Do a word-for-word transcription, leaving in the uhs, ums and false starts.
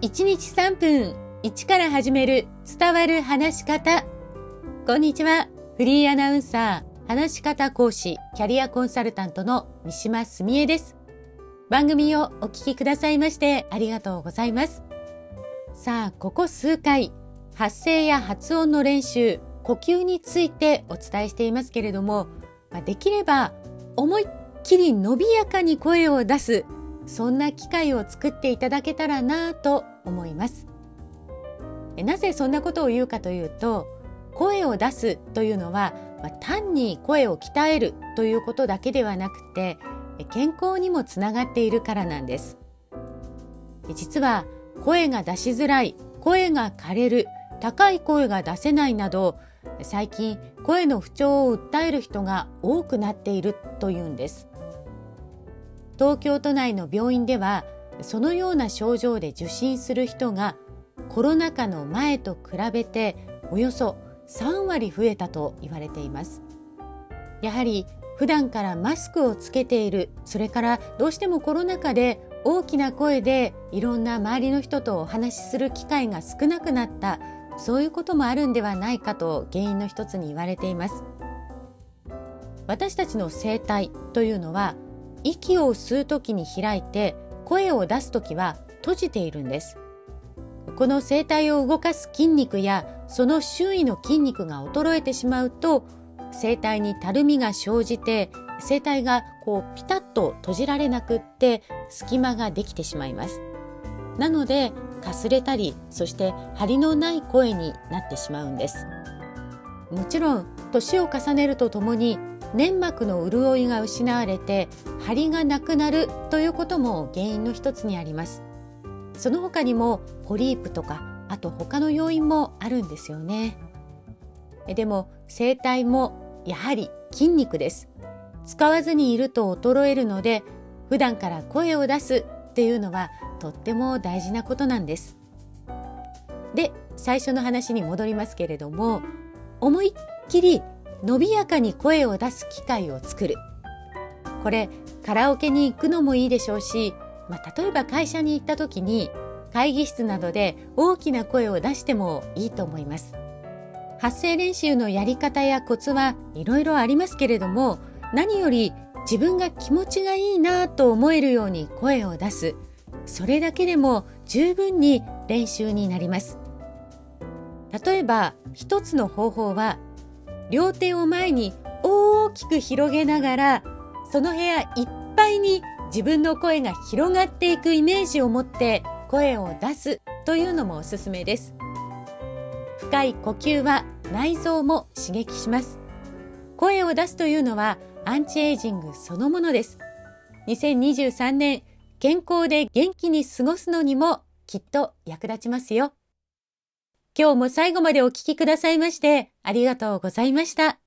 いちにちさんぷん、一から始める伝わる話し方。こんにちは。フリーアナウンサー、話し方講師、キャリアコンサルタントの三島澄江です。番組をお聞きくださいましてありがとうございます。さあ、ここ数回、発声や発音の練習、呼吸についてお伝えしていますけれども、できれば思いっきり伸びやかに声を出す、そんな機会を作っていただけたらなと思います。なぜそんなことを言うかというと、声を出すというのは、まあ、単に声を鍛えるということだけではなくて、健康にもつながっているからなんです。実は声が出しづらい、声が枯れる、高い声が出せないなど、最近声の不調を訴える人が多くなっているというんです。東京都内の病院では、そのような症状で受診する人がコロナ禍の前と比べておよそさんわり増えたと言われています。やはり普段からマスクをつけている、それからどうしてもコロナ禍で大きな声でいろんな周りの人とお話しする機会が少なくなった、そういうこともあるんではないかと原因の一つに言われています。私たちの声帯というのは、息を吸うときに開いて声を出すときは閉じているんです。この声帯を動かす筋肉やその周囲の筋肉が衰えてしまうと、声帯にたるみが生じて声帯がこうピタッと閉じられなくって隙間ができてしまいます。なのでかすれたり、そして張りのない声になってしまうんです。もちろん年を重ねるとともに粘膜の潤いが失われて張りがなくなるということも原因の一つにあります。その他にもポリープとか、あと他の要因もあるんですよね。でも声帯もやはり筋肉です。使わずにいると衰えるので、普段から声を出すっていうのはとっても大事なことなんです。で、最初の話に戻りますけれども、思いっきり伸びやかに声を出す機会を作る。これカラオケに行くのもいいでしょうし、まあ、例えば会社に行った時に会議室などで大きな声を出してもいいと思います。発声練習のやり方やコツはいろいろありますけれども、何より自分が気持ちがいいなと思えるように声を出す、それだけでも十分に練習になります。例えば一つの方法は、両手を前に大きく広げながら、その部屋いっぱいに自分の声が広がっていくイメージを持って声を出すというのもおすすめです。深い呼吸は内臓も刺激します。声を出すというのはアンチエイジングそのものです。にせんにじゅうさんねん、健康で元気に過ごすのにもきっと役立ちますよ。今日も最後までお聞きくださいましてありがとうございました。